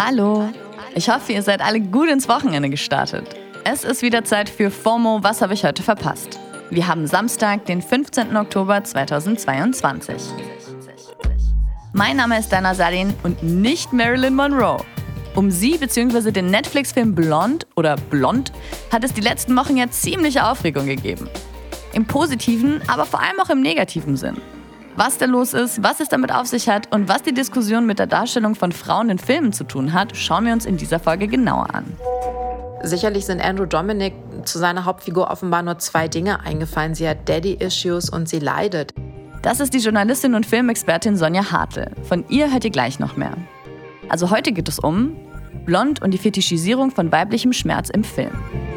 Hallo. Ich hoffe, ihr seid alle gut ins Wochenende gestartet. Es ist wieder Zeit für FOMO, was habe ich heute verpasst? Wir haben Samstag, den 15. Oktober 2022. Mein Name ist Dana Salin und nicht Marilyn Monroe. Um sie bzw. den Netflix-Film Blonde oder Blond hat es die letzten Wochen ja ziemliche Aufregung gegeben. Im positiven, aber vor allem auch im negativen Sinn. Was da los ist, was es damit auf sich hat und was die Diskussion mit der Darstellung von Frauen in Filmen zu tun hat, schauen wir uns in dieser Folge genauer an. Sicherlich sind Andrew Dominik zu seiner Hauptfigur offenbar nur zwei Dinge eingefallen. Sie hat Daddy-Issues und sie leidet. Das ist die Journalistin und Filmexpertin Sonja Hartl. Von ihr hört ihr gleich noch mehr. Also heute geht es um Blond und die Fetischisierung von weiblichem Schmerz im Film.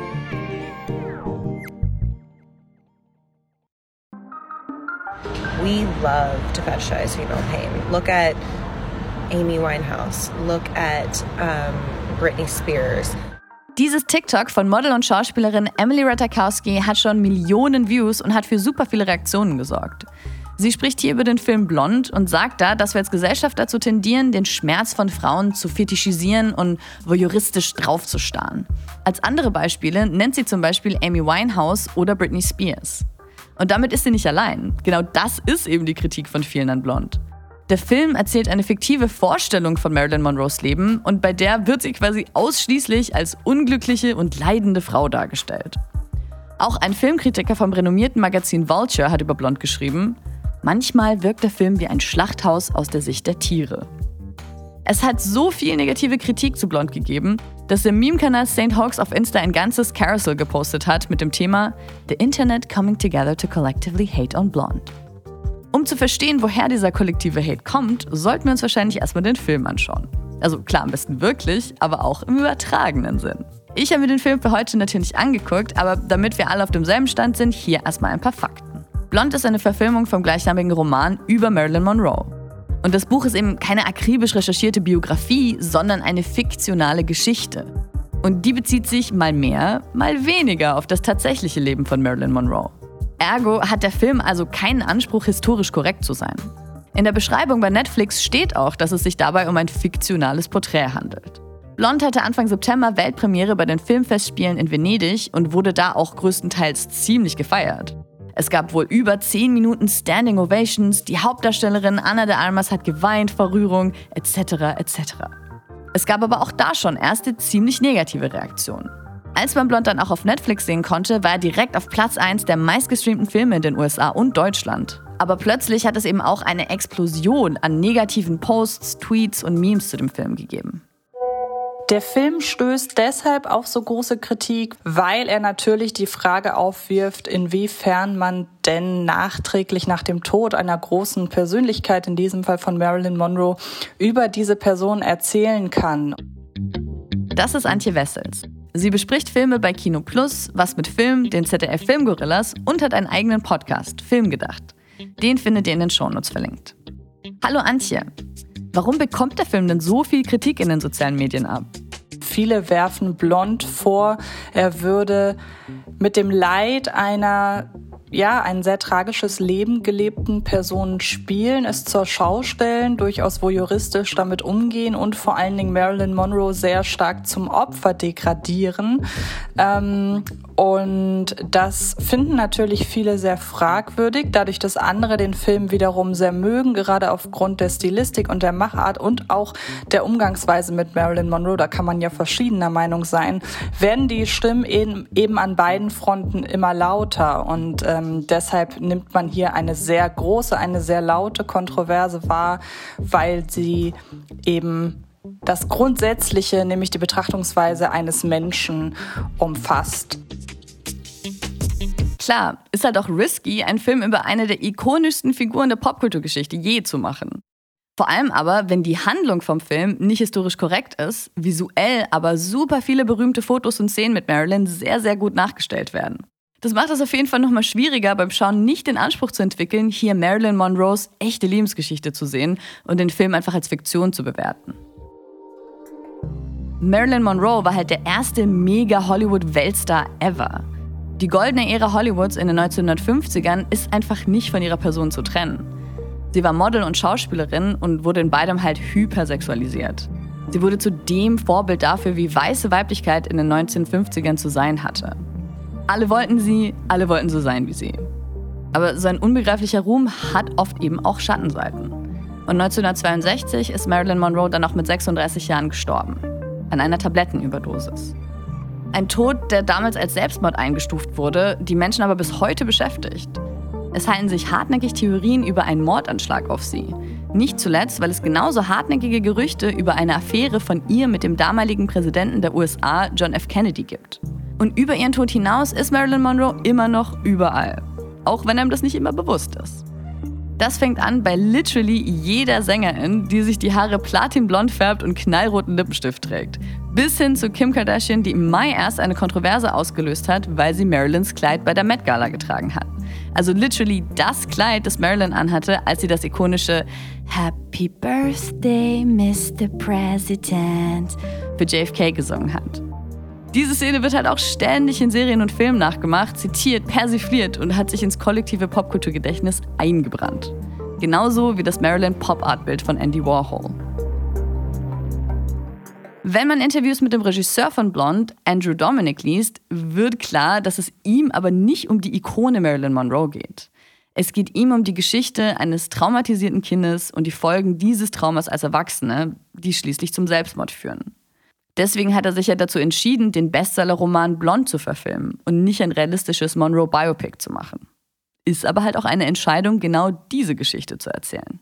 We love to fetishize female pain. Look at Amy Winehouse. Look at Britney Spears. Dieses TikTok von Model und Schauspielerin Emily Ratajkowski hat schon Millionen Views und hat für super viele Reaktionen gesorgt. Sie spricht hier über den Film Blond und sagt da, dass wir als Gesellschaft dazu tendieren, den Schmerz von Frauen zu fetischisieren und voyeuristisch draufzustarren. Als andere Beispiele nennt sie zum Beispiel Amy Winehouse oder Britney Spears. Und damit ist sie nicht allein. Genau das ist eben die Kritik von vielen an Blond. Der Film erzählt eine fiktive Vorstellung von Marilyn Monroes Leben und bei der wird sie quasi ausschließlich als unglückliche und leidende Frau dargestellt. Auch ein Filmkritiker vom renommierten Magazin Vulture hat über Blond geschrieben: Manchmal wirkt der Film wie ein Schlachthaus aus der Sicht der Tiere. Es hat so viel negative Kritik zu Blond gegeben, dass der Meme-Kanal St. Hoax auf Insta ein ganzes Carousel gepostet hat mit dem Thema The Internet coming together to collectively hate on Blonde. Um zu verstehen, woher dieser kollektive Hate kommt, sollten wir uns wahrscheinlich erstmal den Film anschauen. Also klar, am besten wirklich, aber auch im übertragenen Sinn. Ich habe mir den Film für heute natürlich angeguckt, aber damit wir alle auf demselben Stand sind, hier erstmal ein paar Fakten. Blond ist eine Verfilmung vom gleichnamigen Roman über Marilyn Monroe. Und das Buch ist eben keine akribisch recherchierte Biografie, sondern eine fiktionale Geschichte. Und die bezieht sich mal mehr, mal weniger auf das tatsächliche Leben von Marilyn Monroe. Ergo hat der Film also keinen Anspruch, historisch korrekt zu sein. In der Beschreibung bei Netflix steht auch, dass es sich dabei um ein fiktionales Porträt handelt. Blond hatte Anfang September Weltpremiere bei den Filmfestspielen in Venedig und wurde da auch größtenteils ziemlich gefeiert. Es gab wohl über 10 Minuten Standing Ovations, die Hauptdarstellerin Ana de Armas hat geweint vor Rührung, etc. etc. Es gab aber auch da schon erste ziemlich negative Reaktionen. Als man Blond dann auch auf Netflix sehen konnte, war er direkt auf Platz 1 der meistgestreamten Filme in den USA und Deutschland. Aber plötzlich hat es eben auch eine Explosion an negativen Posts, Tweets und Memes zu dem Film gegeben. Der Film stößt deshalb auf so große Kritik, weil er natürlich die Frage aufwirft, inwiefern man denn nachträglich nach dem Tod einer großen Persönlichkeit, in diesem Fall von Marilyn Monroe, über diese Person erzählen kann. Das ist Antje Wessels. Sie bespricht Filme bei Kino Plus, Was mit Film, den ZDF Filmgorillas und hat einen eigenen Podcast, Filmgedacht. Den findet ihr in den Shownotes verlinkt. Hallo Antje. Warum bekommt der Film denn so viel Kritik in den sozialen Medien ab? Viele werfen Blond vor, er würde mit dem Leid einer, ein sehr tragisches Leben gelebten Person spielen, es zur Schau stellen, durchaus voyeuristisch damit umgehen und vor allen Dingen Marilyn Monroe sehr stark zum Opfer degradieren. Und das finden natürlich viele sehr fragwürdig, dadurch, dass andere den Film wiederum sehr mögen, gerade aufgrund der Stilistik und der Machart und auch der Umgangsweise mit Marilyn Monroe, da kann man ja verschiedener Meinung sein, werden die Stimmen eben an beiden Fronten immer lauter und deshalb nimmt man hier eine sehr große, eine sehr laute Kontroverse wahr, weil sie eben das Grundsätzliche, nämlich die Betrachtungsweise eines Menschen, umfasst. Klar, ist halt auch risky, einen Film über eine der ikonischsten Figuren der Popkulturgeschichte je zu machen. Vor allem aber, wenn die Handlung vom Film nicht historisch korrekt ist, visuell aber super viele berühmte Fotos und Szenen mit Marilyn sehr, sehr gut nachgestellt werden. Das macht es auf jeden Fall nochmal schwieriger, beim Schauen nicht den Anspruch zu entwickeln, hier Marilyn Monroes echte Lebensgeschichte zu sehen und den Film einfach als Fiktion zu bewerten. Marilyn Monroe war halt der erste Mega-Hollywood-Weltstar ever. Die goldene Ära Hollywoods in den 1950ern ist einfach nicht von ihrer Person zu trennen. Sie war Model und Schauspielerin und wurde in beidem halt hypersexualisiert. Sie wurde zu dem Vorbild dafür, wie weiße Weiblichkeit in den 1950ern zu sein hatte. Alle wollten so sein wie sie. Aber so ein unbegreiflicher Ruhm hat oft eben auch Schattenseiten. Und 1962 ist Marilyn Monroe dann noch mit 36 Jahren gestorben. An einer Tablettenüberdosis. Ein Tod, der damals als Selbstmord eingestuft wurde, die Menschen aber bis heute beschäftigt. Es halten sich hartnäckig Theorien über einen Mordanschlag auf sie. Nicht zuletzt, weil es genauso hartnäckige Gerüchte über eine Affäre von ihr mit dem damaligen Präsidenten der USA, John F. Kennedy, gibt. Und über ihren Tod hinaus ist Marilyn Monroe immer noch überall. Auch wenn einem das nicht immer bewusst ist. Das fängt an bei literally jeder Sängerin, die sich die Haare platinblond färbt und knallroten Lippenstift trägt. Bis hin zu Kim Kardashian, die im Mai erst eine Kontroverse ausgelöst hat, weil sie Marilyns Kleid bei der Met Gala getragen hat. Also literally das Kleid, das Marilyn anhatte, als sie das ikonische Happy Birthday, Mr. President für JFK gesungen hat. Diese Szene wird halt auch ständig in Serien und Filmen nachgemacht, zitiert, persifliert und hat sich ins kollektive Popkulturgedächtnis eingebrannt. Genauso wie das Marilyn-Pop-Art-Bild von Andy Warhol. Wenn man Interviews mit dem Regisseur von Blonde, Andrew Dominik, liest, wird klar, dass es ihm aber nicht um die Ikone Marilyn Monroe geht. Es geht ihm um die Geschichte eines traumatisierten Kindes und die Folgen dieses Traumas als Erwachsene, die schließlich zum Selbstmord führen. Deswegen hat er sich ja dazu entschieden, den Bestseller-Roman Blonde zu verfilmen und nicht ein realistisches Monroe-Biopic zu machen. Ist aber halt auch eine Entscheidung, genau diese Geschichte zu erzählen.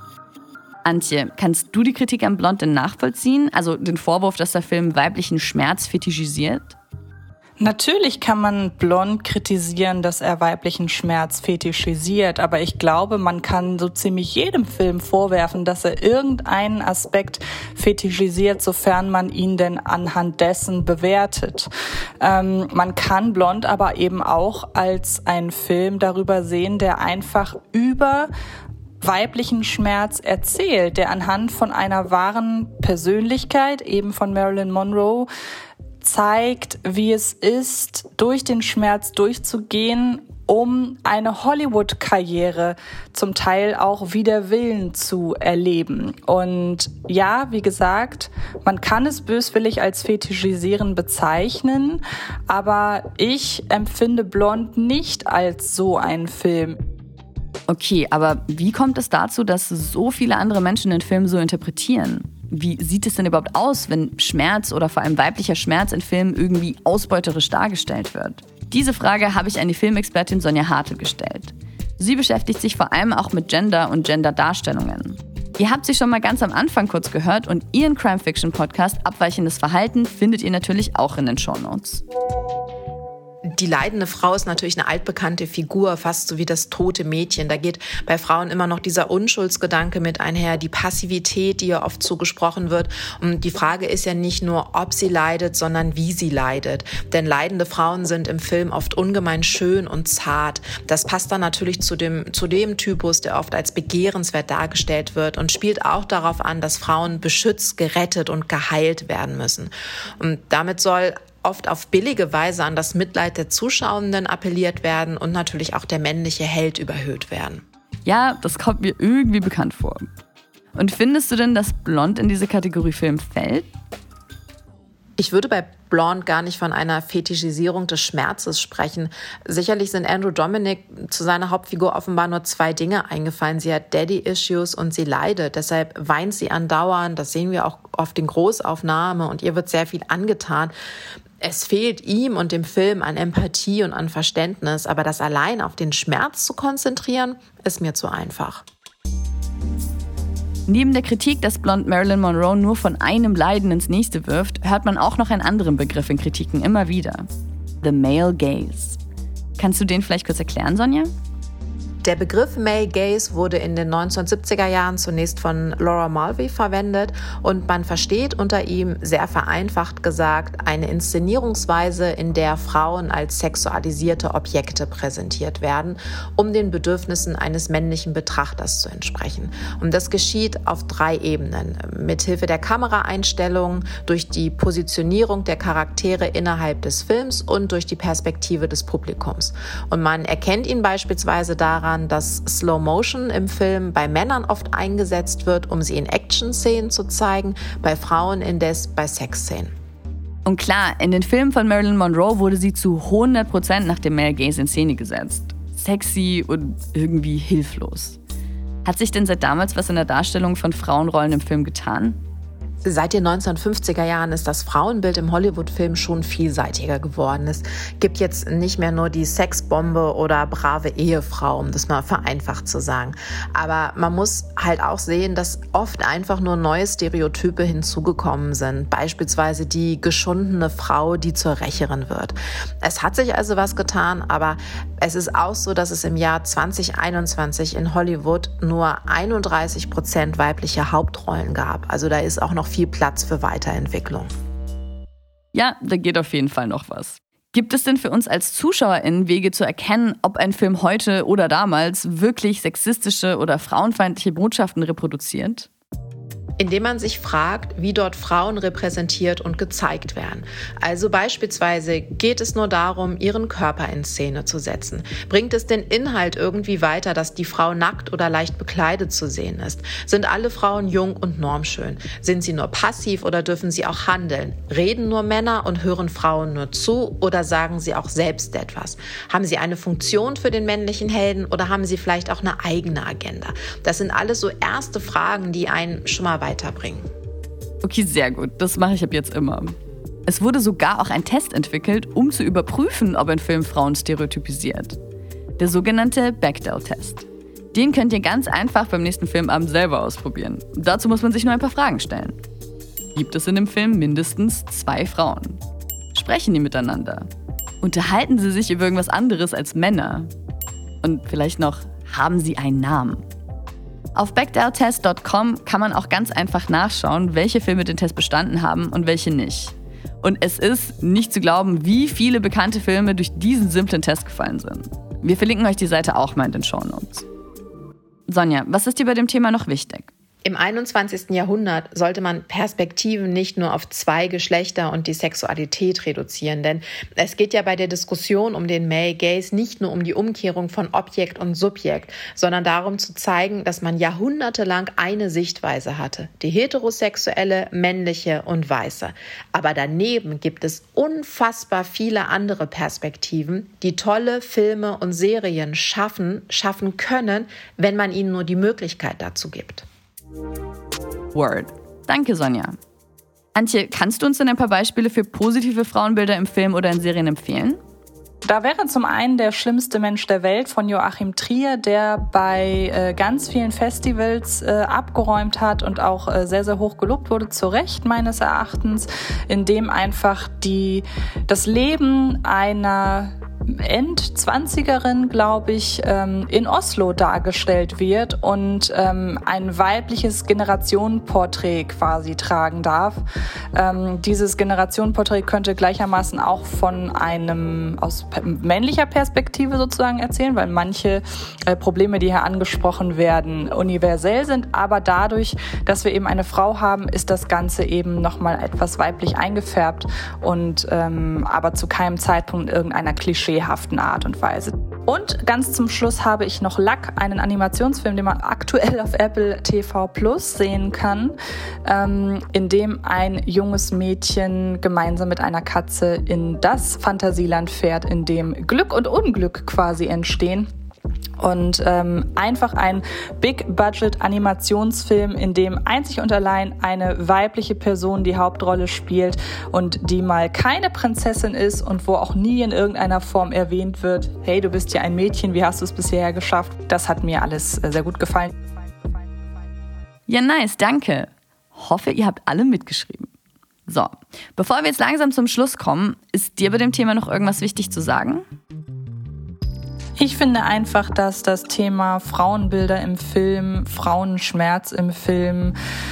Antje, kannst du die Kritik an Blonde denn nachvollziehen? Also den Vorwurf, dass der Film weiblichen Schmerz fetischisiert? Natürlich kann man Blonde kritisieren, dass er weiblichen Schmerz fetischisiert, aber ich glaube, man kann so ziemlich jedem Film vorwerfen, dass er irgendeinen Aspekt fetischisiert, sofern man ihn denn anhand dessen bewertet. Man kann Blonde aber eben auch als einen Film darüber sehen, der einfach über weiblichen Schmerz erzählt, der anhand von einer wahren Persönlichkeit, eben von Marilyn Monroe, zeigt, wie es ist, durch den Schmerz durchzugehen, um eine Hollywood-Karriere zum Teil auch wider Willen zu erleben. Und ja, wie gesagt, man kann es böswillig als Fetischisieren bezeichnen, aber ich empfinde Blonde nicht als so einen Film. Okay, aber wie kommt es dazu, dass so viele andere Menschen den Film so interpretieren? Wie sieht es denn überhaupt aus, wenn Schmerz oder vor allem weiblicher Schmerz in Filmen irgendwie ausbeuterisch dargestellt wird? Diese Frage habe ich an die Filmexpertin Sonja Hartl gestellt. Sie beschäftigt sich vor allem auch mit Gender und Gender-Darstellungen. Ihr habt sie schon mal ganz am Anfang kurz gehört und ihren Crime-Fiction-Podcast Abweichendes Verhalten findet ihr natürlich auch in den Shownotes. Die leidende Frau ist natürlich eine altbekannte Figur, fast so wie das tote Mädchen. Da geht bei Frauen immer noch dieser Unschuldsgedanke mit einher, die Passivität, die ihr oft zugesprochen wird. Und die Frage ist ja nicht nur, ob sie leidet, sondern wie sie leidet. Denn leidende Frauen sind im Film oft ungemein schön und zart. Das passt dann natürlich zu dem Typus, der oft als begehrenswert dargestellt wird und spielt auch darauf an, dass Frauen beschützt, gerettet und geheilt werden müssen. Und damit soll oft auf billige Weise an das Mitleid der Zuschauenden appelliert werden und natürlich auch der männliche Held überhöht werden. Ja, das kommt mir irgendwie bekannt vor. Und findest du denn, dass Blonde in diese Kategorie Film fällt? Ich würde bei Blonde gar nicht von einer Fetischisierung des Schmerzes sprechen. Sicherlich sind Andrew Dominik zu seiner Hauptfigur offenbar nur zwei Dinge eingefallen. Sie hat Daddy-Issues und sie leidet. Deshalb weint sie andauernd. Das sehen wir auch auf den Großaufnahmen und ihr wird sehr viel angetan. Es fehlt ihm und dem Film an Empathie und an Verständnis, aber das allein auf den Schmerz zu konzentrieren, ist mir zu einfach. Neben der Kritik, dass Blonde Marilyn Monroe nur von einem Leiden ins nächste wirft, hört man auch noch einen anderen Begriff in Kritiken immer wieder. The Male Gaze. Kannst du den vielleicht kurz erklären, Sonja? Der Begriff Male Gaze wurde in den 1970er Jahren zunächst von Laura Mulvey verwendet und man versteht unter ihm, sehr vereinfacht gesagt, eine Inszenierungsweise, in der Frauen als sexualisierte Objekte präsentiert werden, um den Bedürfnissen eines männlichen Betrachters zu entsprechen. Und das geschieht auf 3 Ebenen. Mithilfe der Kameraeinstellungen, durch die Positionierung der Charaktere innerhalb des Films und durch die Perspektive des Publikums. Und man erkennt ihn beispielsweise daran, daran, dass Slow Motion im Film bei Männern oft eingesetzt wird, um sie in Action-Szenen zu zeigen, bei Frauen indes bei Sexszenen. Und klar, in den Filmen von Marilyn Monroe wurde sie zu 100% nach dem Male Gaze in Szene gesetzt. Sexy und irgendwie hilflos. Hat sich denn seit damals was in der Darstellung von Frauenrollen im Film getan? Seit den 1950er Jahren ist das Frauenbild im Hollywood-Film schon vielseitiger geworden. Es gibt jetzt nicht mehr nur die Sexbombe oder brave Ehefrau, um das mal vereinfacht zu sagen. Aber man muss halt auch sehen, dass oft einfach nur neue Stereotype hinzugekommen sind. Beispielsweise die geschundene Frau, die zur Rächerin wird. Es hat sich also was getan, aber es ist auch so, dass es im Jahr 2021 in Hollywood nur 31% weibliche Hauptrollen gab. Also da ist auch noch viel Platz für Weiterentwicklung. Ja, da geht auf jeden Fall noch was. Gibt es denn für uns als ZuschauerInnen Wege zu erkennen, ob ein Film heute oder damals wirklich sexistische oder frauenfeindliche Botschaften reproduziert? Indem man sich fragt, wie dort Frauen repräsentiert und gezeigt werden. Also beispielsweise, geht es nur darum, ihren Körper in Szene zu setzen? Bringt es den Inhalt irgendwie weiter, dass die Frau nackt oder leicht bekleidet zu sehen ist? Sind alle Frauen jung und normschön? Sind sie nur passiv oder dürfen sie auch handeln? Reden nur Männer und hören Frauen nur zu oder sagen sie auch selbst etwas? Haben sie eine Funktion für den männlichen Helden oder haben sie vielleicht auch eine eigene Agenda? Das sind alles so erste Fragen, die einen schon mal weiterbringen. Okay, sehr gut. Das mache ich ab jetzt immer. Es wurde sogar auch ein Test entwickelt, um zu überprüfen, ob ein Film Frauen stereotypisiert. Der sogenannte Bechdel-Test. Den könnt ihr ganz einfach beim nächsten Filmabend selber ausprobieren. Dazu muss man sich nur ein paar Fragen stellen. Gibt es in dem Film mindestens 2 Frauen? Sprechen die miteinander? Unterhalten sie sich über irgendwas anderes als Männer? Und vielleicht noch, haben sie einen Namen? Auf bechdel-test.com kann man auch ganz einfach nachschauen, welche Filme den Test bestanden haben und welche nicht. Und es ist nicht zu glauben, wie viele bekannte Filme durch diesen simplen Test gefallen sind. Wir verlinken euch die Seite auch mal in den Shownotes. Sonja, was ist dir bei dem Thema noch wichtig? Im 21. Jahrhundert sollte man Perspektiven nicht nur auf 2 Geschlechter und die Sexualität reduzieren, denn es geht ja bei der Diskussion um den Male Gaze nicht nur um die Umkehrung von Objekt und Subjekt, sondern darum zu zeigen, dass man jahrhundertelang eine Sichtweise hatte, die heterosexuelle, männliche und weiße. Aber daneben gibt es unfassbar viele andere Perspektiven, die tolle Filme und Serien schaffen können, wenn man ihnen nur die Möglichkeit dazu gibt. Word. Danke, Sonja. Antje, kannst du uns denn ein paar Beispiele für positive Frauenbilder im Film oder in Serien empfehlen? Da wäre zum einen Der schlimmste Mensch der Welt von Joachim Trier, der bei ganz vielen Festivals abgeräumt hat und auch sehr, sehr hoch gelobt wurde, zu Recht meines Erachtens, in dem einfach das Leben einer End-20erin, glaube ich, in Oslo dargestellt wird und ein weibliches Generationenporträt quasi tragen darf. Dieses Generationenporträt könnte gleichermaßen auch von aus männlicher Perspektive sozusagen erzählen, weil manche Probleme, die hier angesprochen werden, universell sind, aber dadurch, dass wir eben eine Frau haben, ist das Ganze eben nochmal etwas weiblich eingefärbt und aber zu keinem Zeitpunkt in irgendeiner klischeehaften Art und Weise. Und ganz zum Schluss habe ich noch Luck, einen Animationsfilm, den man aktuell auf Apple TV Plus sehen kann, in dem ein junges Mädchen gemeinsam mit einer Katze in das Fantasieland fährt, in dem Glück und Unglück quasi entstehen. Und einfach ein Big-Budget-Animationsfilm, in dem einzig und allein eine weibliche Person die Hauptrolle spielt und die mal keine Prinzessin ist und wo auch nie in irgendeiner Form erwähnt wird, hey, du bist ja ein Mädchen, wie hast du es bisher geschafft? Das hat mir alles sehr gut gefallen. Ja, nice, danke. Hoffe, ihr habt alle mitgeschrieben. So, bevor wir jetzt langsam zum Schluss kommen, ist dir bei dem Thema noch irgendwas wichtig zu sagen? Ich finde einfach, dass das Thema Frauenbilder im Film, Frauenschmerz im Film,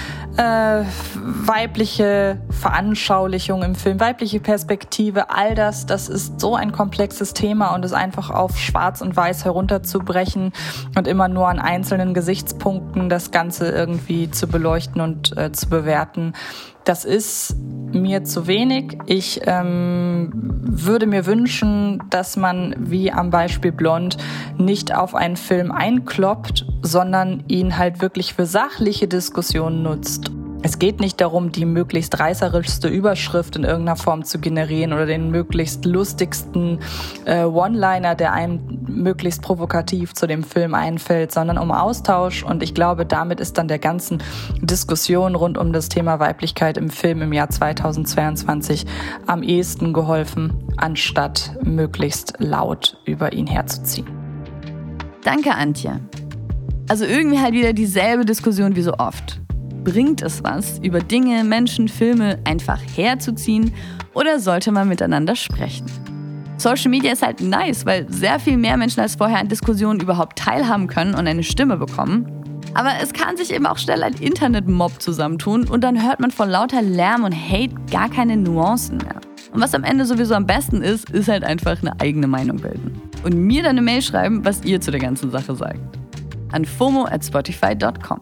weibliche Veranschaulichung im Film, weibliche Perspektive, all das ist so ein komplexes Thema und es einfach auf schwarz und weiß herunterzubrechen und immer nur an einzelnen Gesichtspunkten das Ganze irgendwie zu beleuchten und zu bewerten, Das ist mir zu wenig. Ich würde mir wünschen, dass man, wie am Beispiel Blond, nicht auf einen Film einkloppt, sondern ihn halt wirklich für sachliche Diskussionen nutzt. Es geht nicht darum, die möglichst reißerischste Überschrift in irgendeiner Form zu generieren oder den möglichst lustigsten One-Liner, der einem möglichst provokativ zu dem Film einfällt, sondern um Austausch. Und ich glaube, damit ist dann der ganzen Diskussion rund um das Thema Weiblichkeit im Film im Jahr 2022 am ehesten geholfen, anstatt möglichst laut über ihn herzuziehen. Danke, Antje. Also irgendwie halt wieder dieselbe Diskussion wie so oft. Bringt es was, über Dinge, Menschen, Filme einfach herzuziehen oder sollte man miteinander sprechen? Social Media ist halt nice, weil sehr viel mehr Menschen als vorher an Diskussionen überhaupt teilhaben können und eine Stimme bekommen. Aber es kann sich eben auch schnell ein Internetmob zusammentun und dann hört man vor lauter Lärm und Hate gar keine Nuancen mehr. Und was am Ende sowieso am besten ist halt einfach eine eigene Meinung bilden. Und mir dann eine Mail schreiben, was ihr zu der ganzen Sache sagt. An fomo@spotify.com.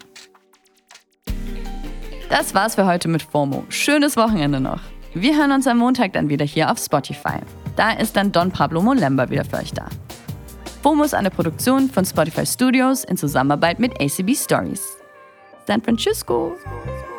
Das war's für heute mit FOMO. Schönes Wochenende noch. Wir hören uns am Montag dann wieder hier auf Spotify. Da ist dann Don Pablo Molemba wieder für euch da. FOMO ist eine Produktion von Spotify Studios in Zusammenarbeit mit ACB Stories. San Francisco.